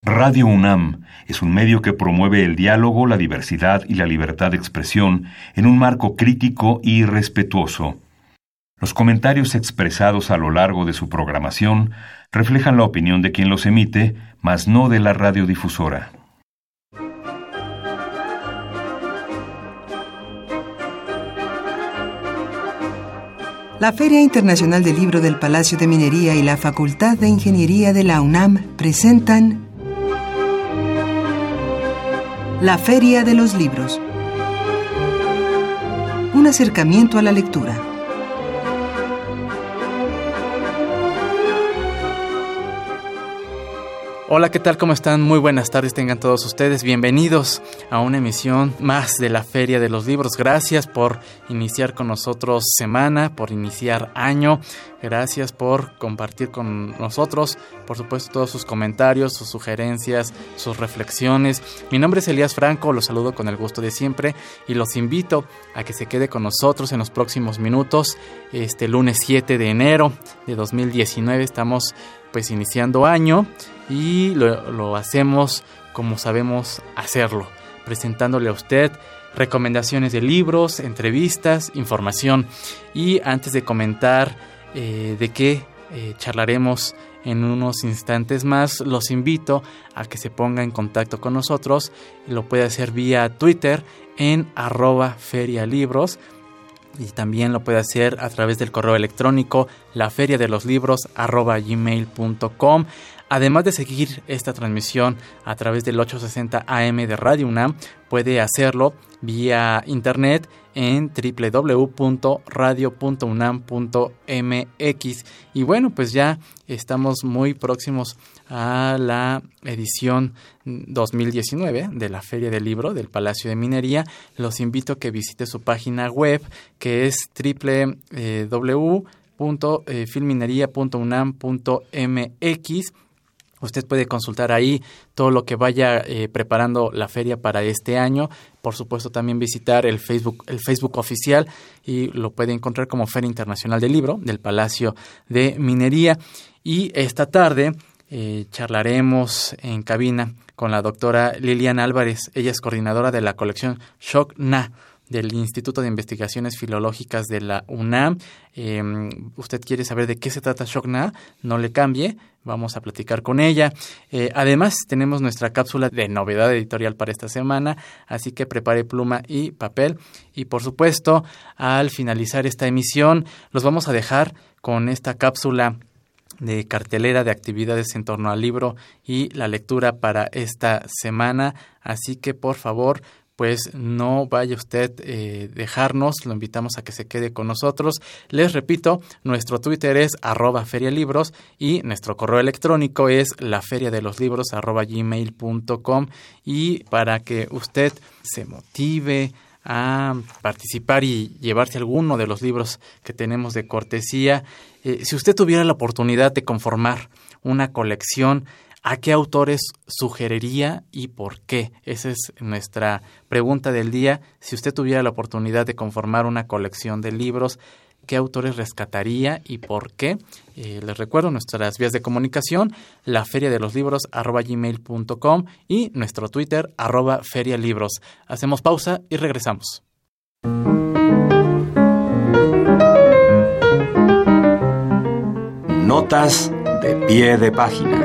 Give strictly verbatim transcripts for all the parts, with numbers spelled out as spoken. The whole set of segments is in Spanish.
Radio UNAM es un medio que promueve el diálogo, la diversidad y la libertad de expresión en un marco crítico y respetuoso. Los comentarios expresados a lo largo de su programación reflejan la opinión de quien los emite, mas no de la radiodifusora. La Feria Internacional del Libro del Palacio de Minería y la Facultad de Ingeniería de la UNAM presentan La Feria de los Libros. Un acercamiento a la lectura. Hola, ¿qué tal? ¿Cómo están? Muy buenas tardes tengan todos ustedes. Bienvenidos a una emisión más de la Feria de los Libros. Gracias por iniciar con nosotros semana, por iniciar año. Gracias por compartir con nosotros, por supuesto, todos sus comentarios, sus sugerencias, sus reflexiones. Mi nombre es Elías Franco, los saludo con el gusto de siempre y los invito a que se quede con nosotros en los próximos minutos. Este lunes siete de enero de dos mil diecinueve estamos pues iniciando año y lo, lo hacemos como sabemos hacerlo, presentándole a usted recomendaciones de libros, entrevistas, información. Y antes de comentar eh, de qué eh, charlaremos en unos instantes más, los invito a que se ponga en contacto con nosotros. Lo puede hacer vía Twitter en arroba ferialibros. Y también lo puede hacer a través del correo electrónico laferiadeloslibros arroba gmail punto com. Además de seguir esta transmisión a través del ochocientos sesenta A M de Radio UNAM, puede hacerlo vía internet en doble u doble u doble u punto radio punto unam punto m x. Y bueno, pues ya estamos muy próximos a la edición dos mil diecinueve de la Feria del Libro del Palacio de Minería. Los invito a que visite su página web, que es doble u doble u doble u punto filminería punto unam punto m x. Usted puede consultar ahí todo lo que vaya eh, preparando la feria para este año. Por supuesto, también visitar el Facebook, el Facebook oficial, y lo puede encontrar como Feria Internacional del Libro del Palacio de Minería. Y esta tarde eh, charlaremos en cabina con la doctora Liliana Álvarez. Ella es coordinadora de la colección Xoc-Na del Instituto de Investigaciones Filológicas de la UNAM. Eh, usted quiere saber de qué se trata Xoc-Na, no le cambie, vamos a platicar con ella. Eh, además, tenemos nuestra cápsula de novedad editorial para esta semana, así que prepare pluma y papel. Y por supuesto, al finalizar esta emisión, los vamos a dejar con esta cápsula de cartelera de actividades en torno al libro y la lectura para esta semana. Así que, por favor, pues no vaya usted a eh, dejarnos, lo invitamos a que se quede con nosotros. Les repito, nuestro Twitter es arroba ferialibros y nuestro correo electrónico es laferiadeloslibros arroba gmail punto com. Y para que usted se motive a participar y llevarse alguno de los libros que tenemos de cortesía, eh, si usted tuviera la oportunidad de conformar una colección, ¿a qué autores sugeriría y por qué? Esa es nuestra pregunta del día. Si usted tuviera la oportunidad de conformar una colección de libros, ¿qué autores rescataría y por qué? Eh, les recuerdo nuestras vías de comunicación, laferiadeloslibros arroba gmail punto com y nuestro Twitter, arroba ferialibros. Hacemos pausa y regresamos. Notas de pie de página.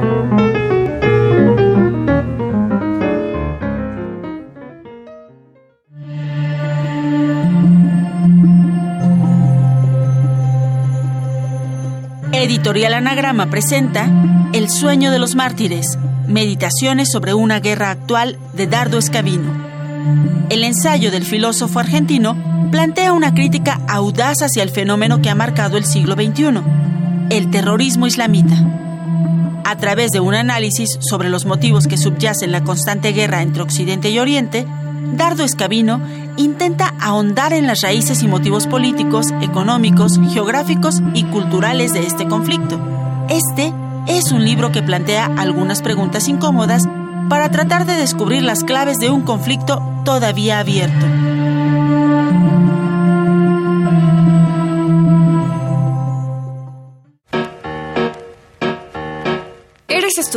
Editorial Anagrama presenta El sueño de los mártires, meditaciones sobre una guerra actual, de Dardo Escavino. El ensayo del filósofo argentino plantea una crítica audaz hacia el fenómeno que ha marcado el siglo veintiuno, el terrorismo islamita. A través de un análisis sobre los motivos que subyacen la constante guerra entre Occidente y Oriente, Dardo Escavino intenta ahondar en las raíces y motivos políticos, económicos, geográficos y culturales de este conflicto. Este es un libro que plantea algunas preguntas incómodas para tratar de descubrir las claves de un conflicto todavía abierto.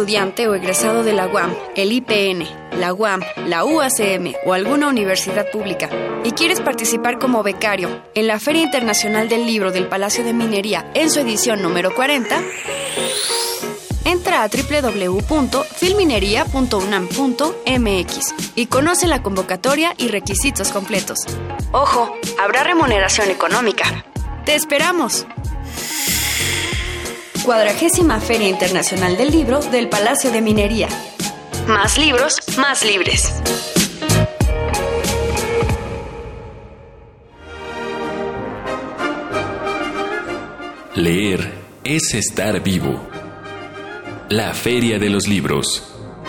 estudiante o egresado de la U A M, el I P N, la U A M, la U A C M o alguna universidad pública y quieres participar como becario en la Feria Internacional del Libro del Palacio de Minería en su edición número cuarenta, entra a doble u doble u doble u punto filminería punto unam punto m x y conoce la convocatoria y requisitos completos. ¡Ojo! Habrá remuneración económica. ¡Te esperamos! Cuadragésima Feria Internacional del Libro del Palacio de Minería. Más libros, más libres. Leer es estar vivo. La Feria de los Libros.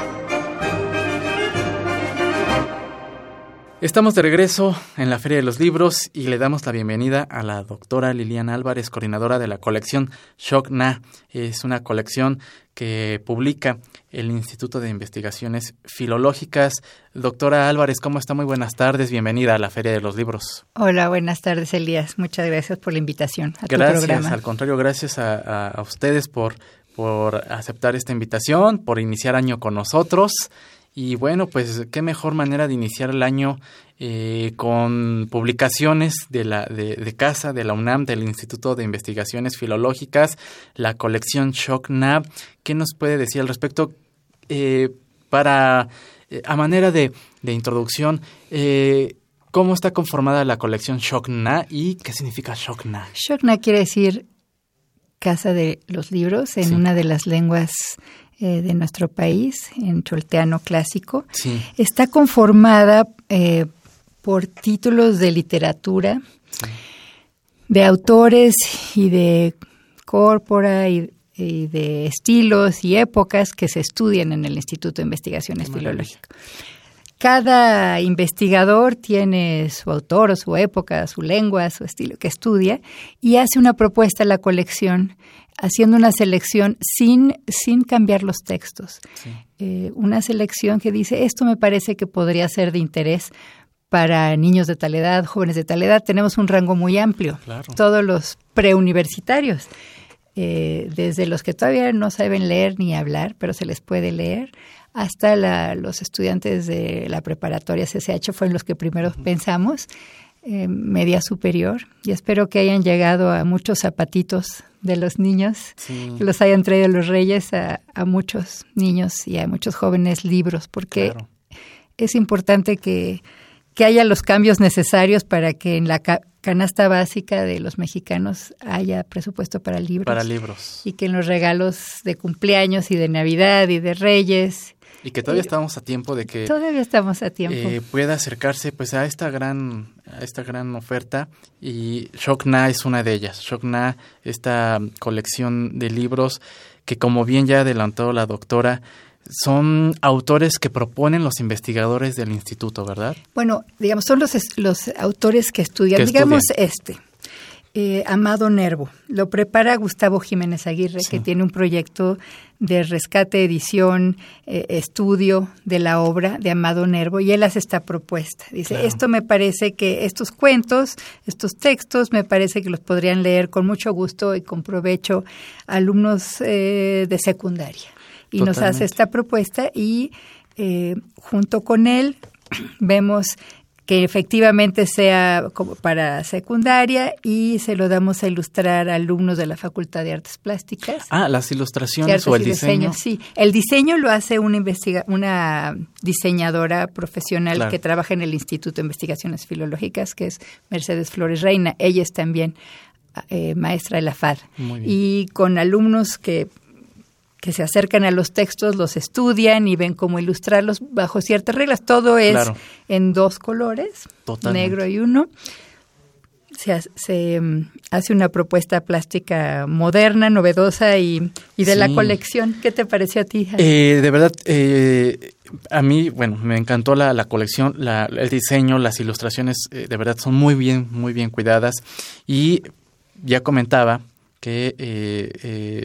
Estamos de regreso en la Feria de los Libros y le damos la bienvenida a la doctora Liliana Álvarez, coordinadora de la colección Xoc-Na. Es una colección que publica el Instituto de Investigaciones Filológicas. Doctora Álvarez, ¿cómo está? Muy buenas tardes. Bienvenida a la Feria de los Libros. Hola, buenas tardes, Elías. Muchas gracias por la invitación a gracias, tu programa. Al contrario, gracias a, a, a ustedes por, por aceptar esta invitación, por iniciar año con nosotros. Y bueno, pues qué mejor manera de iniciar el año eh, con publicaciones de la de, de casa, de la UNAM, del Instituto de Investigaciones Filológicas, la colección Xoc-Na. ¿Qué nos puede decir al respecto? Eh, para, eh, a manera de, de introducción, eh, ¿cómo está conformada la colección Xoc-Na y qué significa Xoc-Na? Xoc-Na quiere decir Casa de los Libros en sí. una de las lenguas de nuestro país, en cholteano clásico. Sí. Está conformada eh, por títulos de literatura, sí. de autores y de córpora y, y de estilos y épocas que se estudian en el Instituto de Investigaciones Filológicas. Cada investigador tiene su autor o su época, su lengua, su estilo que estudia y hace una propuesta a la colección haciendo una selección sin, sin cambiar los textos. Sí. Eh, una selección que dice, esto me parece que podría ser de interés para niños de tal edad, jóvenes de tal edad. Tenemos un rango muy amplio. Claro. Todos los preuniversitarios, eh, desde los que todavía no saben leer ni hablar, pero se les puede leer, hasta la, los estudiantes de la preparatoria C C H fueron los que primero uh-huh. pensamos, eh, media superior, y espero que hayan llegado a muchos zapatitos de los niños, sí. que los hayan traído los reyes a, a muchos niños y a muchos jóvenes libros, porque claro. es importante que, que haya los cambios necesarios para que en la ca- canasta básica de los mexicanos haya presupuesto para libros. Para libros. Y que en los regalos de cumpleaños y de Navidad y de Reyes. Y que todavía estamos a tiempo de que todavía estamos a tiempo eh, pueda acercarse pues a esta gran a esta gran oferta, y Xoc-Na es una de ellas. Xoc-Na, esta colección de libros que, como bien ya adelantó la doctora, son autores que proponen los investigadores del instituto, ¿verdad? Bueno, digamos, son los, los autores que estudian. Que digamos estudian. este. Eh, Amado Nervo. Lo prepara Gustavo Jiménez Aguirre, sí. que tiene un proyecto de rescate, edición, eh, estudio de la obra de Amado Nervo, y él hace esta propuesta. Dice, claro. esto me parece que estos cuentos, estos textos, me parece que los podrían leer con mucho gusto y con provecho alumnos eh, de secundaria. Y Totalmente. Nos hace esta propuesta y eh, junto con él vemos que efectivamente sea como para secundaria, y se lo damos a ilustrar a alumnos de la Facultad de Artes Plásticas. Ah, las ilustraciones o el diseño. diseño. Sí, el diseño lo hace una, investiga- una diseñadora profesional claro. que trabaja en el Instituto de Investigaciones Filológicas, que es Mercedes Flores Reina. Ella es también eh, maestra de la F A D. Muy bien. Y con alumnos que... que se acercan a los textos, los estudian y ven cómo ilustrarlos bajo ciertas reglas. Todo es claro. en dos colores, Totalmente. negro y uno. Se, se um, hace una propuesta plástica moderna, novedosa y, y de sí. la colección. ¿Qué te pareció a ti? Eh, de verdad, eh, a mí, bueno, me encantó la, la colección, la, el diseño, las ilustraciones, eh, de verdad son muy bien, muy bien cuidadas. Y ya comentaba que... Eh, eh,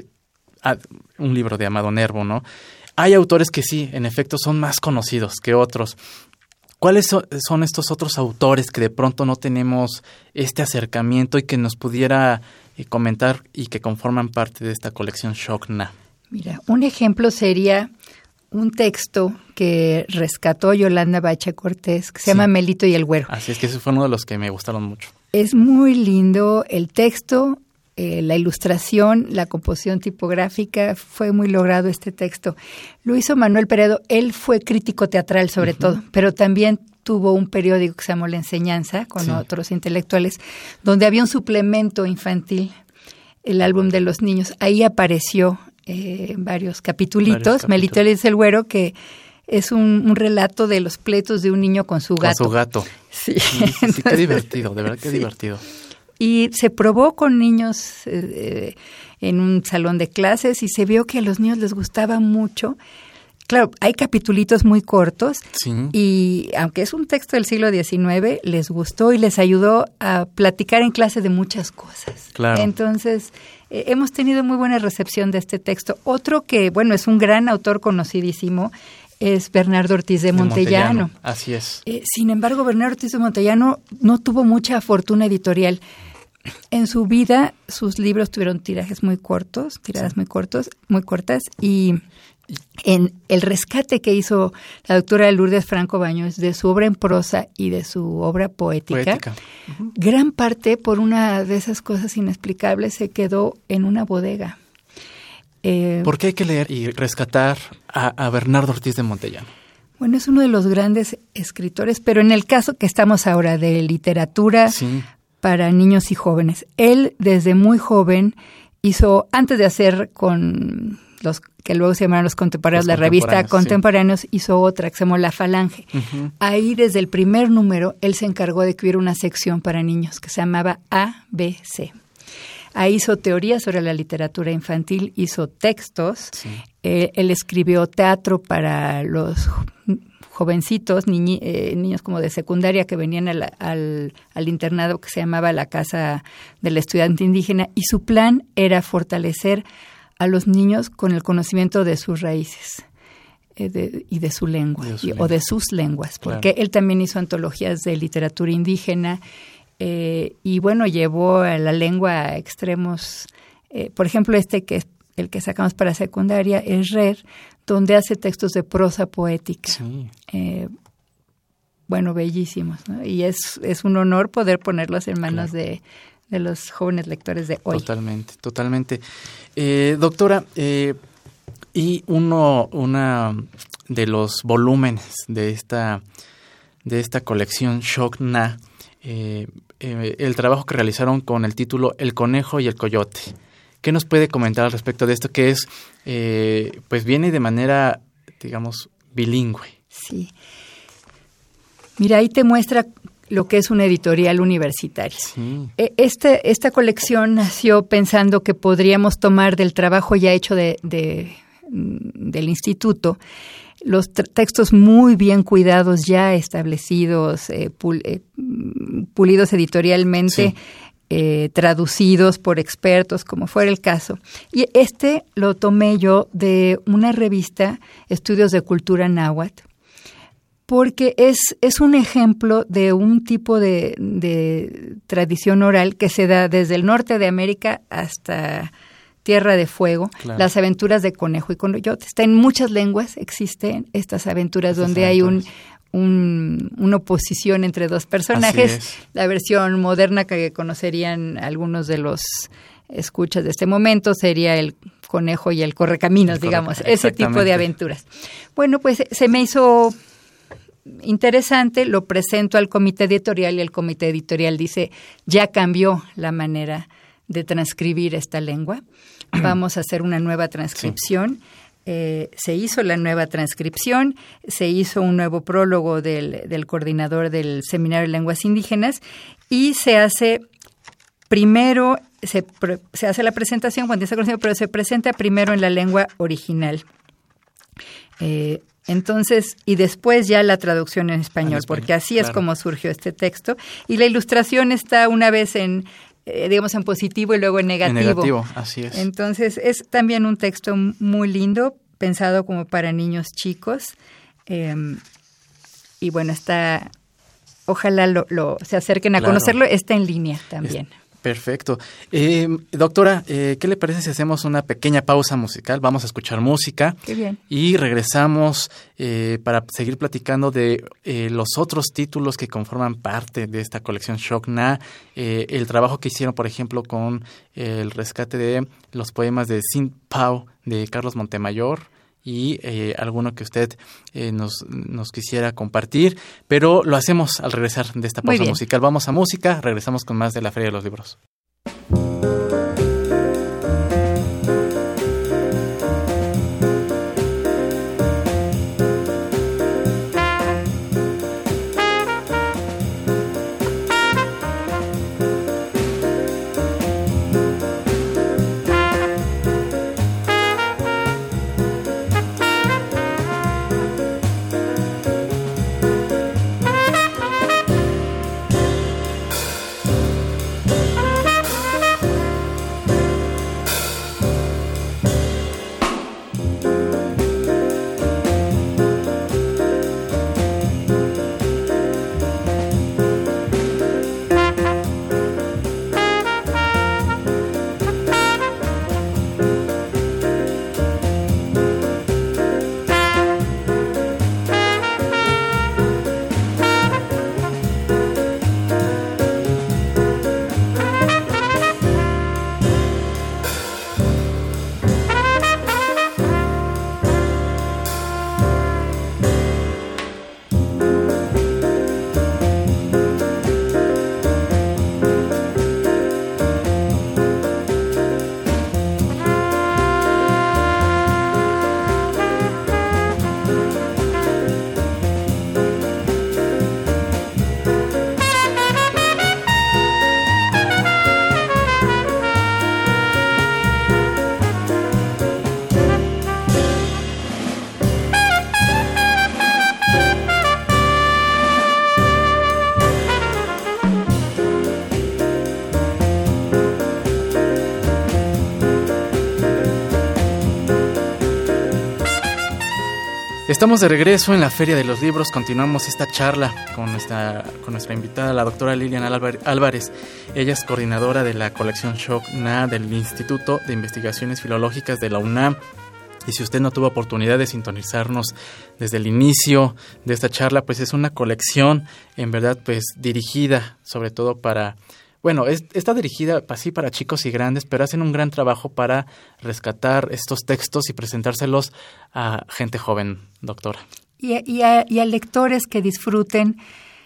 un libro de Amado Nervo, ¿no? Hay autores que sí, en efecto, son más conocidos que otros. ¿Cuáles son estos otros autores que de pronto no tenemos este acercamiento y que nos pudiera eh, comentar y que conforman parte de esta colección Xoc-Na? Mira, un ejemplo sería un texto que rescató Yolanda Bacha Cortés, que se sí. llama Melito y el Güero. Así es que ese fue uno de los que me gustaron mucho. Es muy lindo el texto, eh, la ilustración, la composición tipográfica, fue muy logrado este texto. Lo hizo Manuel Peredo, él fue crítico teatral sobre uh-huh. todo, pero también tuvo un periódico que se llamó La Enseñanza, con sí. otros intelectuales, donde había un suplemento infantil, el álbum de los niños. Ahí apareció eh, varios capitulitos, Melito y el Güero, que es un, un relato de los pleitos de un niño con su gato. Con su gato. Sí. sí, sí Entonces, qué divertido, de verdad qué sí. divertido. Y se probó con niños eh, en un salón de clases y se vio que a los niños les gustaba mucho. Claro, hay capitulitos muy cortos sí. y aunque es un texto del siglo diecinueve, les gustó y les ayudó a platicar en clase de muchas cosas. Claro. Entonces, eh, hemos tenido muy buena recepción de este texto. Otro que, bueno, es un gran autor conocidísimo, es Bernardo Ortiz de, de Montellano. Montellano. Así es. Eh, sin embargo, Bernardo Ortiz de Montellano no tuvo mucha fortuna editorial. En su vida, sus libros tuvieron tirajes muy cortos, tiradas sí. muy cortos, muy cortas, y en el rescate que hizo la doctora Lourdes Franco Baños de su obra en prosa y de su obra poética, poética. Uh-huh. gran parte, por una de esas cosas inexplicables, se quedó en una bodega. Eh, ¿Por qué hay que leer y rescatar a, a Bernardo Ortiz de Montellano? Bueno, es uno de los grandes escritores, pero en el caso que estamos ahora de literatura sí. para niños y jóvenes, él desde muy joven hizo, antes de hacer con los que luego se llamaron los contemporáneos, los la revista Contemporáneos, sí. hizo otra que se llamó La Falange. Uh-huh. Ahí desde el primer número él se encargó de que hubiera una sección para niños que se llamaba A B C. Ahí hizo teoría sobre la literatura infantil, hizo textos, sí. eh, él escribió teatro para los jovencitos, niñi, eh, niños como de secundaria que venían al, al, al internado que se llamaba la Casa del Estudiante Indígena, y su plan era fortalecer a los niños con el conocimiento de sus raíces eh, de, y de su lengua, de su y, lengua. o de sus lenguas, porque claro. él también hizo antologías de literatura indígena. Eh, y bueno, llevó a la lengua a extremos, eh, por ejemplo, este que es el que sacamos para secundaria es Red, donde hace textos de prosa poética. Sí. Eh, bueno, bellísimos, ¿no? Y es, es un honor poder ponerlos en manos claro. de, de los jóvenes lectores de hoy. Totalmente, totalmente. Eh, doctora, eh, y uno, una de los volúmenes de esta, de esta colección Shokna, Eh, eh, el trabajo que realizaron con el título El Conejo y el Coyote. ¿Qué nos puede comentar al respecto de esto? Que es, eh, pues viene de manera, digamos, bilingüe. Sí. Mira, ahí te muestra lo que es una editorial universitaria. Sí. Este, esta colección nació pensando que podríamos tomar del trabajo ya hecho de, de, del instituto los t- textos muy bien cuidados, ya establecidos, eh, pul- eh, pulidos editorialmente, sí. eh, traducidos por expertos, como fuera el caso. Y este lo tomé yo de una revista, Estudios de Cultura Náhuatl, porque es, es un ejemplo de un tipo de, de tradición oral que se da desde el norte de América hasta Tierra de Fuego, claro. las aventuras de Conejo y Coyote. Está en muchas lenguas, existen estas aventuras estas donde aventuras. hay un, un, una oposición entre dos personajes. La versión moderna que conocerían algunos de los escuchas de este momento sería el Conejo y el Correcaminos, el digamos, corre- ese tipo de aventuras. Bueno, pues se me hizo interesante, lo presento al comité editorial y el comité editorial dice, ya cambió la manera de transcribir esta lengua. Vamos a hacer una nueva transcripción. Sí. Eh, se hizo la nueva transcripción, se hizo un nuevo prólogo del, del coordinador del Seminario de Lenguas Indígenas y se hace primero, se, se hace la presentación, cuando está conocido, pero se presenta primero en la lengua original. Eh, entonces, y después ya la traducción en español, en español porque así claro. es como surgió este texto. Y la ilustración está una vez en Eh, digamos en positivo y luego en negativo. En negativo, así es. Entonces es también un texto muy lindo, pensado como para niños chicos. Eh, y bueno, está, ojalá lo, lo se acerquen a claro. conocerlo, está en línea también. Es Perfecto. Eh, doctora, eh, ¿qué le parece si hacemos una pequeña pausa musical? Vamos a escuchar música. Qué bien. Y regresamos eh, para seguir platicando de eh, los otros títulos que conforman parte de esta colección Shok-Na, eh, el trabajo que hicieron, por ejemplo, con el rescate de los poemas de Sin Pao de Carlos Montemayor, y eh, alguno que usted eh, nos, nos quisiera compartir, pero lo hacemos al regresar de esta pausa musical. Vamos a música, regresamos con más de la Feria de los Libros. Estamos de regreso en la Feria de los Libros. Continuamos esta charla con nuestra, con nuestra invitada, la doctora Lilian Álvarez. Ella es coordinadora de la colección Shok-Na del Instituto de Investigaciones Filológicas de la UNAM. Y si usted no tuvo oportunidad de sintonizarnos desde el inicio de esta charla, pues es una colección en verdad pues dirigida sobre todo para... Bueno, es, está dirigida así para chicos y grandes, pero hacen un gran trabajo para rescatar estos textos y presentárselos a gente joven, doctora. Y a, y a, y a lectores que disfruten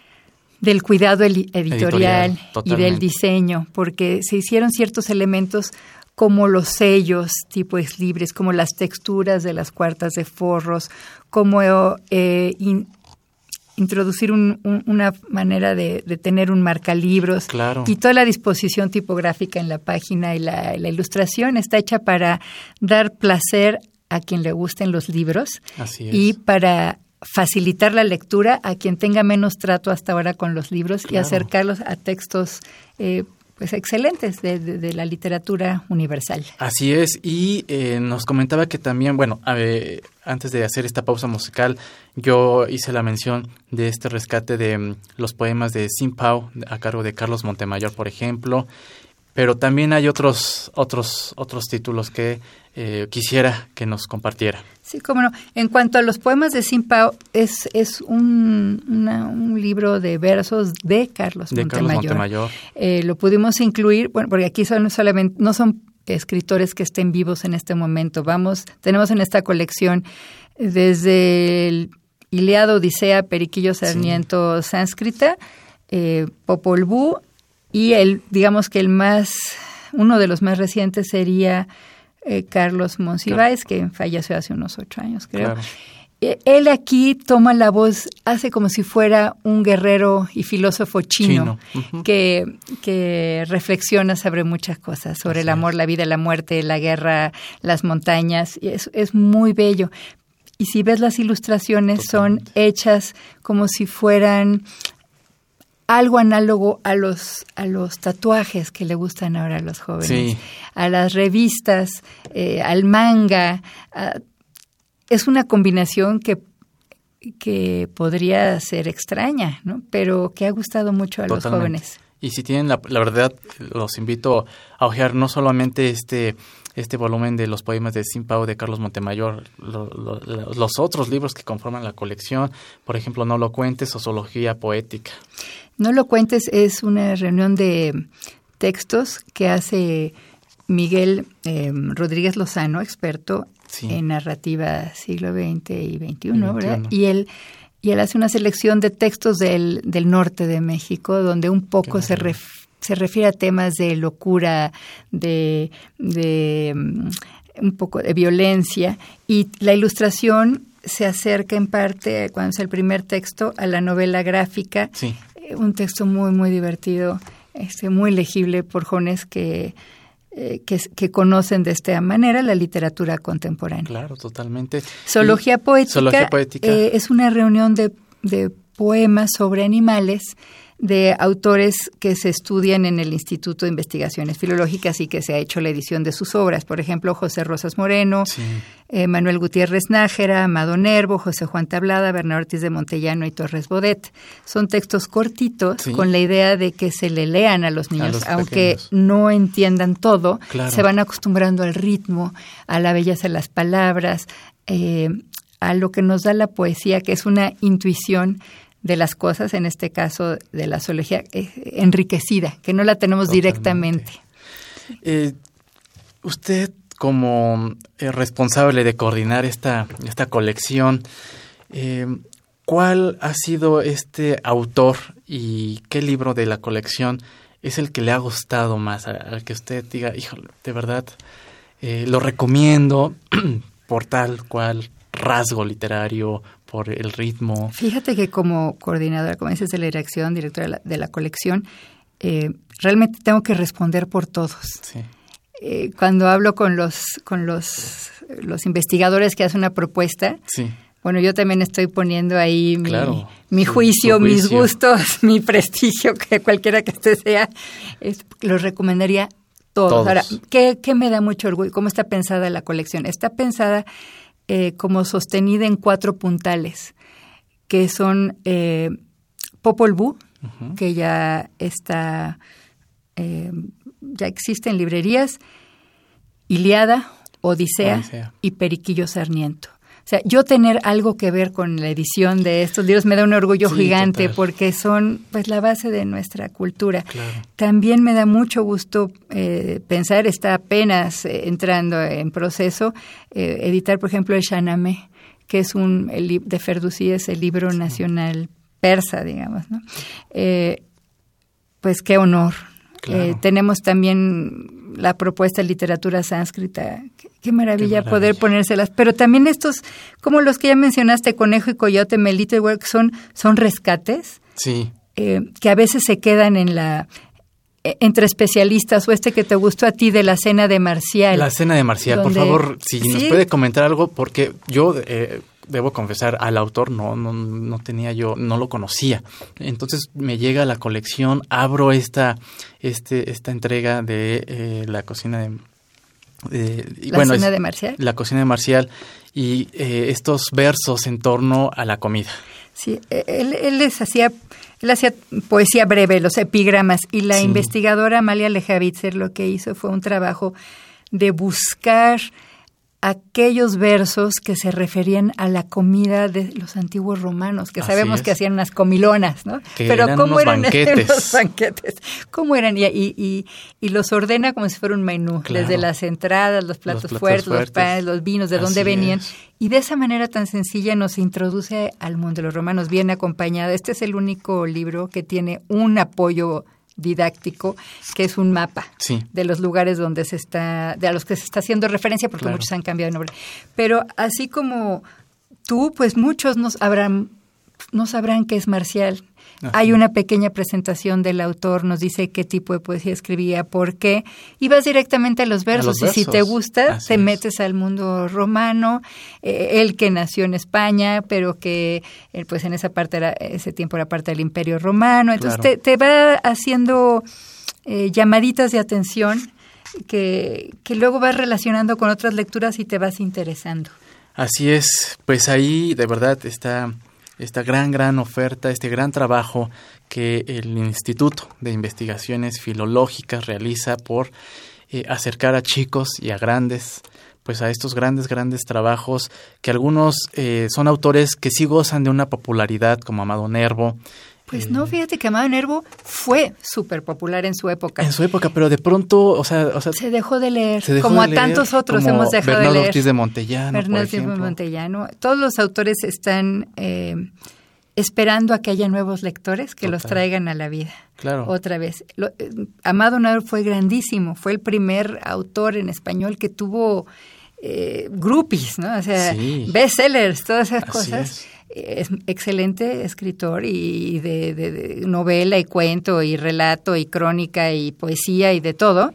del cuidado editorial, editorial y del diseño, porque se hicieron ciertos elementos como los sellos tipo ex libris, como las texturas de las cuartas de forros, como eh, in, introducir un, un, una manera de, de tener un marcalibros. Claro. Y toda la disposición tipográfica en la página y la, la ilustración está hecha para dar placer a quien le gusten los libros. Así es. Y para facilitar la lectura a quien tenga menos trato hasta ahora con los libros, claro, y acercarlos a textos eh, pues excelentes de, de, de la literatura universal. Así es, y eh, nos comentaba que también, bueno, eh, antes de hacer esta pausa musical, yo hice la mención de este rescate de um, los poemas de Sin Pao a cargo de Carlos Montemayor, por ejemplo, pero también hay otros otros otros títulos que eh, quisiera que nos compartiera. Sí, cómo no. En cuanto a los poemas de Sin Pao, es, es un, una, un libro de versos de Carlos de Montemayor. Carlos Montemayor. Eh, lo pudimos incluir, bueno, porque aquí son solamente, no son escritores que estén vivos en este momento. Vamos, tenemos en esta colección desde el Ilíada, Odisea, Periquillo Sarmiento, sí, Sánscrita, eh, Popol Vuh, y el, digamos que el más, uno de los más recientes sería eh, Carlos Monsiváis, claro, que falleció hace unos ocho años, creo. Claro. Eh, él aquí toma la voz, hace como si fuera un guerrero y filósofo chino, chino. Uh-huh. que, que reflexiona sobre muchas cosas, sobre Así el amor, es. la vida, la muerte, la guerra, las montañas, y es, es muy bello. Y si ves las ilustraciones, Totalmente. son hechas como si fueran algo análogo a los a los tatuajes que le gustan ahora a los jóvenes, sí. a las revistas, eh, al manga. A, es una combinación que, que podría ser extraña, ¿no? Pero que ha gustado mucho a Totalmente. los jóvenes. Y si tienen la, la verdad, los invito a hojear no solamente este este volumen de los poemas de Sin Pau de Carlos Montemayor, lo, lo, los otros libros que conforman la colección, por ejemplo, No lo cuentes o Zoología Poética. No lo cuentes es una reunión de textos que hace Miguel eh, Rodríguez Lozano, experto sí. en narrativa siglo veinte y veintiuno, ¿verdad? Y él y él hace una selección de textos del, del norte de México, donde un poco Qué se ref, se refiere a temas de locura, de, de um, un poco de violencia, y la ilustración se acerca en parte, cuando es el primer texto, a la novela gráfica, sí. un texto muy, muy divertido, este, muy legible por jóvenes que, eh, que, que conocen de esta manera la literatura contemporánea. Claro, totalmente. Zoología Poética, Zoología Poética. Eh, es una reunión de, de poemas sobre animales de autores que se estudian en el Instituto de Investigaciones Filológicas y que se ha hecho la edición de sus obras. Por ejemplo, José Rosas Moreno, sí. eh, Manuel Gutiérrez Nájera, Amado Nervo, José Juan Tablada, Bernardo Ortiz de Montellano y Torres Bodet. Son textos cortitos sí. con la idea de que se le lean a los niños, a los aunque no entiendan todo, claro. se van acostumbrando al ritmo, a la belleza de las palabras, eh, a lo que nos da la poesía, que es una intuición de las cosas, en este caso de la zoología, eh, enriquecida, que no la tenemos Totalmente. directamente. Eh, usted, como eh, responsable de coordinar esta, esta colección, eh, ¿cuál ha sido este autor y qué libro de la colección es el que le ha gustado más? Al que usted diga, híjole, de verdad, eh, lo recomiendo por tal cual rasgo literario, por el ritmo. Fíjate que como coordinadora, como dices, de la dirección, directora de la, de la colección, eh, realmente tengo que responder por todos. Sí. Eh, cuando hablo con los con los, los investigadores que hacen una propuesta, sí. bueno, yo también estoy poniendo ahí mi, claro, mi juicio, su, su juicio, mis gustos, mi prestigio, que cualquiera que este sea, es, los recomendaría todos. todos. Ahora, ¿qué, ¿qué me da mucho orgullo? ¿Cómo está pensada la colección? Está pensada Eh, como sostenida en cuatro puntales, que son eh, Popol Vuh, uh-huh. que ya está, eh, ya existe en librerías, Ilíada, Odisea, Odisea y Periquillo Sarmiento. O sea, yo tener algo que ver con la edición de estos libros me da un orgullo sí, gigante total. porque son pues la base de nuestra cultura. Claro. También me da mucho gusto eh, pensar, está apenas eh, entrando en proceso, eh, editar, por ejemplo, el Shahnameh, que es un el, de Ferdowsi, es el libro sí. nacional persa, digamos, ¿no? Eh, pues qué honor. Claro. Eh, tenemos también la propuesta de literatura sánscrita. Qué, qué, maravilla qué maravilla poder ponérselas. Pero también estos, como los que ya mencionaste, Conejo y Coyote, Melito y Huerco, son, son rescates sí. eh, que a veces se quedan en la eh, entre especialistas, o este que te gustó a ti de la cena de Marcial. La cena de Marcial, donde, por favor, si ¿sí? nos puede comentar algo, porque yo... Eh, debo confesar, al autor no, no, no tenía yo, no lo conocía. Entonces me llega la colección, abro esta, este, esta entrega de eh, la cocina de, de la bueno, cocina de Marcial. La cocina de Marcial y eh, estos versos en torno a la comida. Sí, él, él les hacía, él hacía poesía breve, los epigramas, y la sí. investigadora Amalia Lejavitzer lo que hizo fue un trabajo de buscar aquellos versos que se referían a la comida de los antiguos romanos, que Así sabemos es. que hacían unas comilonas, ¿no? Que Pero eran cómo unos eran banquetes. los banquetes, cómo eran y, y, y los ordena como si fuera un menú, claro. desde las entradas, los platos, los platos fuertes, fuertes, los panes, los vinos, de Así dónde venían, es. y de esa manera tan sencilla nos introduce al mundo de los romanos, bien acompañado. Este es el único libro que tiene un apoyo didáctico, que es un mapa sí. de los lugares donde se está, de a los que se está haciendo referencia, porque claro. muchos han cambiado de nombre. Pero así como tú, pues muchos no sabrán, no sabrán qué es Marcial. Ajá. Hay una pequeña presentación del autor, nos dice qué tipo de poesía escribía, por qué, y vas directamente a los versos, a los versos. Y si te gusta, Así te es. metes al mundo romano, eh, él que nació en España, pero que eh, pues en esa parte era, ese tiempo era parte del Imperio Romano, entonces claro. te, te va haciendo eh, llamaditas de atención que, que luego vas relacionando con otras lecturas y te vas interesando. Así es, pues ahí de verdad está... esta gran, gran oferta, este gran trabajo que el Instituto de Investigaciones Filológicas realiza por eh, acercar a chicos y a grandes, pues a estos grandes, grandes trabajos que algunos eh, son autores que sí gozan de una popularidad como Amado Nervo. Pues no, fíjate que Amado Nervo fue súper popular en su época. En su época, pero de pronto, o sea... O sea se dejó de leer, dejó como de a leer, tantos otros como hemos dejado Bernardo de leer. Ortiz de Montellano, Bernardo por ejemplo. Ortiz de Montellano. Todos los autores están eh, esperando a que haya nuevos lectores que Total. los traigan a la vida. Claro. Otra vez. Lo, eh, Amado Nervo fue grandísimo, fue el primer autor en español que tuvo eh, groupies, ¿no? O sea, sí. bestsellers, todas esas Así cosas. Es. Es excelente escritor y de, de, de novela y cuento y relato y crónica y poesía y de todo.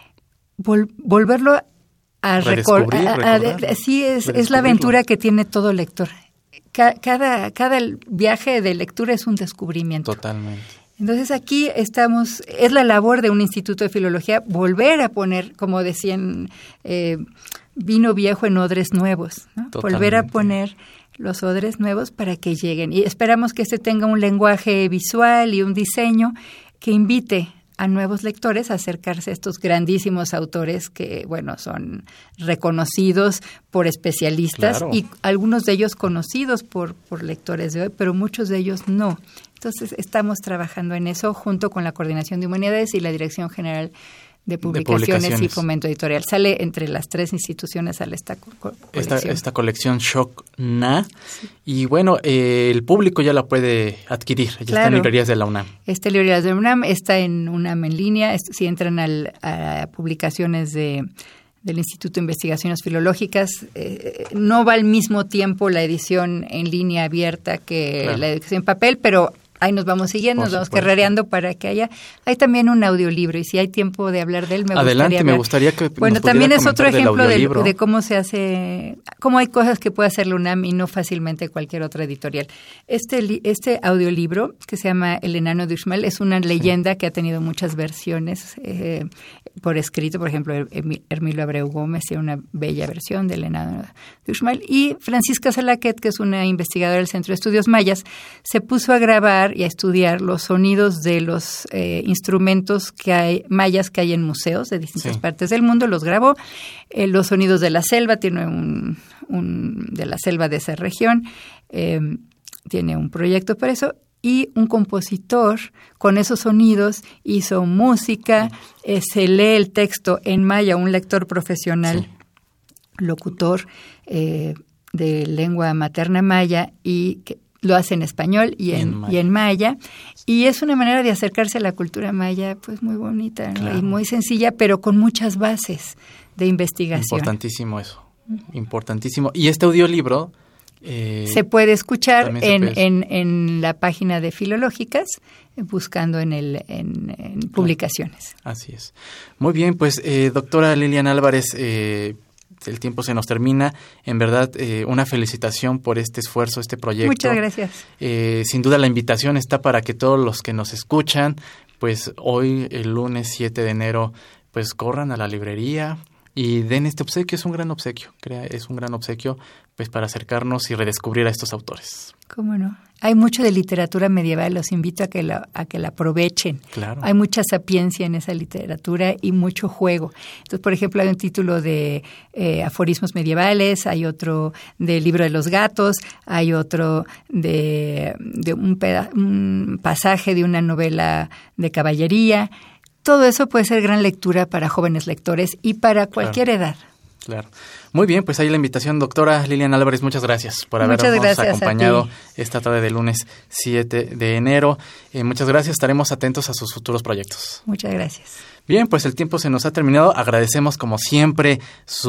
Vol, volverlo a recordar. Sí, es, es la aventura que tiene todo lector. Ca, cada, cada viaje de lectura es un descubrimiento. Totalmente. Entonces aquí estamos, es la labor de un instituto de filología volver a poner, como decían, eh, vino viejo en odres nuevos, ¿no? Volver a poner los odres nuevos para que lleguen. Y esperamos que este tenga un lenguaje visual y un diseño que invite a nuevos lectores a acercarse a estos grandísimos autores que, bueno, son reconocidos por especialistas claro. y algunos de ellos conocidos por, por lectores de hoy, pero muchos de ellos no. Entonces, estamos trabajando en eso junto con la Coordinación de Humanidades y la Dirección General de publicaciones, de publicaciones y fomento editorial. Sale entre las tres instituciones, sale esta co- colección. Esta, esta colección Shokna. Sí. Y bueno, eh, el público ya la puede adquirir. Ya claro. está en librerías de la UNAM. Está en librerías de la UNAM, está en UNAM en línea. Si entran al, a publicaciones de, del Instituto de Investigaciones Filológicas, eh, no va al mismo tiempo la edición en línea abierta que claro. la edición en papel, pero ahí nos vamos siguiendo, nos vamos carrereando para que haya... Hay también un audiolibro y si hay tiempo de hablar de él, me Adelante, gustaría me gustaría que Bueno, nos también es otro ejemplo de, de, de cómo se hace... Cómo hay cosas que puede hacer la UNAM y no fácilmente cualquier otra editorial. Este, este audiolibro, que se llama El Enano de Uxmal, es una leyenda sí. que ha tenido muchas versiones eh, por escrito. Por ejemplo, Hermilo Abreu Gómez tiene una bella versión del Enano de Uxmal. Y Francisca Salaquet, que es una investigadora del Centro de Estudios Mayas, se puso a grabar y a estudiar los sonidos de los eh, instrumentos que hay, mayas que hay en museos de distintas sí. partes del mundo, los grabó. Eh, los sonidos de la selva, tiene un, un de la selva de esa región, eh, tiene un proyecto para eso. Y un compositor con esos sonidos hizo música, eh, se lee el texto en maya, un lector profesional, sí. locutor eh, de lengua materna maya y que lo hace en español y en, en maya. y en maya. Y es una manera de acercarse a la cultura maya pues muy bonita, ¿no? Claro. Y muy sencilla, pero con muchas bases de investigación. Importantísimo eso, uh-huh. importantísimo. Y este audiolibro... Eh, se puede escuchar se en, puede... En, en la página de Filológicas, buscando en, el, en, en publicaciones. Así es. Muy bien, pues eh, doctora Lilian Álvarez, eh, el tiempo se nos termina. En verdad, eh, una felicitación por este esfuerzo, este proyecto. Muchas gracias. Eh, sin duda la invitación está para que todos los que nos escuchan, pues hoy, el lunes siete de enero, pues corran a la librería y den este obsequio. Es un gran obsequio, crea, es un gran obsequio pues para acercarnos y redescubrir a estos autores. ¿Cómo no? Hay mucho de literatura medieval, los invito a que la, a que la aprovechen. Claro. Hay mucha sapiencia en esa literatura y mucho juego. Entonces, por ejemplo, hay un título de eh, aforismos medievales, hay otro de Libro de los Gatos, hay otro de, de un, peda- un pasaje de una novela de caballería. Todo eso puede ser gran lectura para jóvenes lectores y para cualquier claro. edad. Claro. Muy bien, pues ahí la invitación, doctora Lilian Álvarez, muchas gracias por habernos gracias acompañado esta tarde del lunes siete de enero. Eh, muchas gracias, estaremos atentos a sus futuros proyectos. Muchas gracias. Bien, pues el tiempo se nos ha terminado. Agradecemos como siempre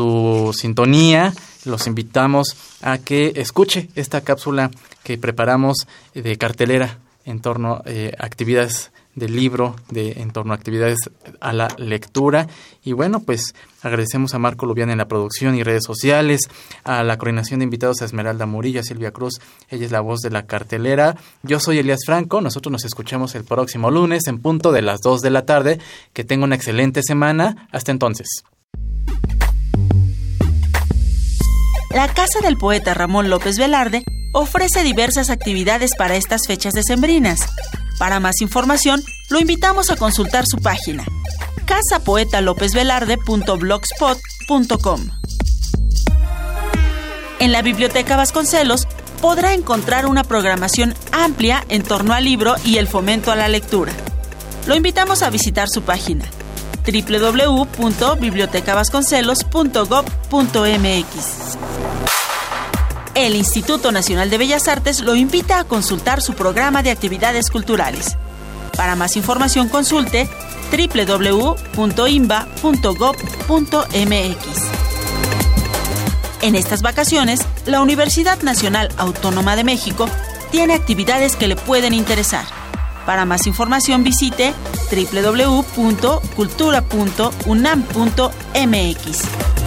su sintonía. Los invitamos a que escuche esta cápsula que preparamos de cartelera en torno eh, a actividades del libro, de en torno a actividades a la lectura. Y bueno, pues agradecemos a Marco Lubián en la producción y redes sociales, a la coordinación de invitados a Esmeralda Murillo, a Silvia Cruz, ella es la voz de la cartelera. Yo soy Elías Franco, nosotros nos escuchamos el próximo lunes en punto de las dos de la tarde. Que tenga una excelente semana. Hasta entonces. La Casa del Poeta Ramón López Velarde ofrece diversas actividades para estas fechas decembrinas. Para más información, lo invitamos a consultar su página casa poeta lópez velarde punto blogspot punto com. En la Biblioteca Vasconcelos podrá encontrar una programación amplia en torno al libro y el fomento a la lectura. Lo invitamos a visitar su página doble u doble u doble u punto biblioteca vasconcelos punto gob punto m x. El Instituto Nacional de Bellas Artes lo invita a consultar su programa de actividades culturales. Para más información consulte doble u doble u doble u punto i n b a punto gob punto m x. En estas vacaciones, la Universidad Nacional Autónoma de México tiene actividades que le pueden interesar. Para más información visite doble u doble u doble u punto cultura punto unam punto m x.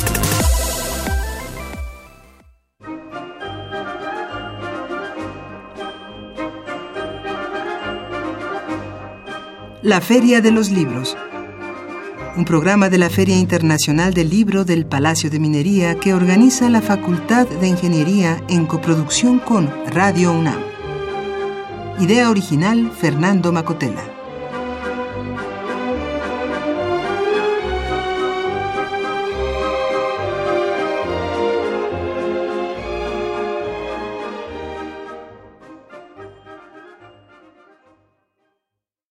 La Feria de los Libros. Un programa de la Feria Internacional del Libro del Palacio de Minería que organiza la Facultad de Ingeniería en coproducción con Radio UNAM. Idea original, Fernando Macotela.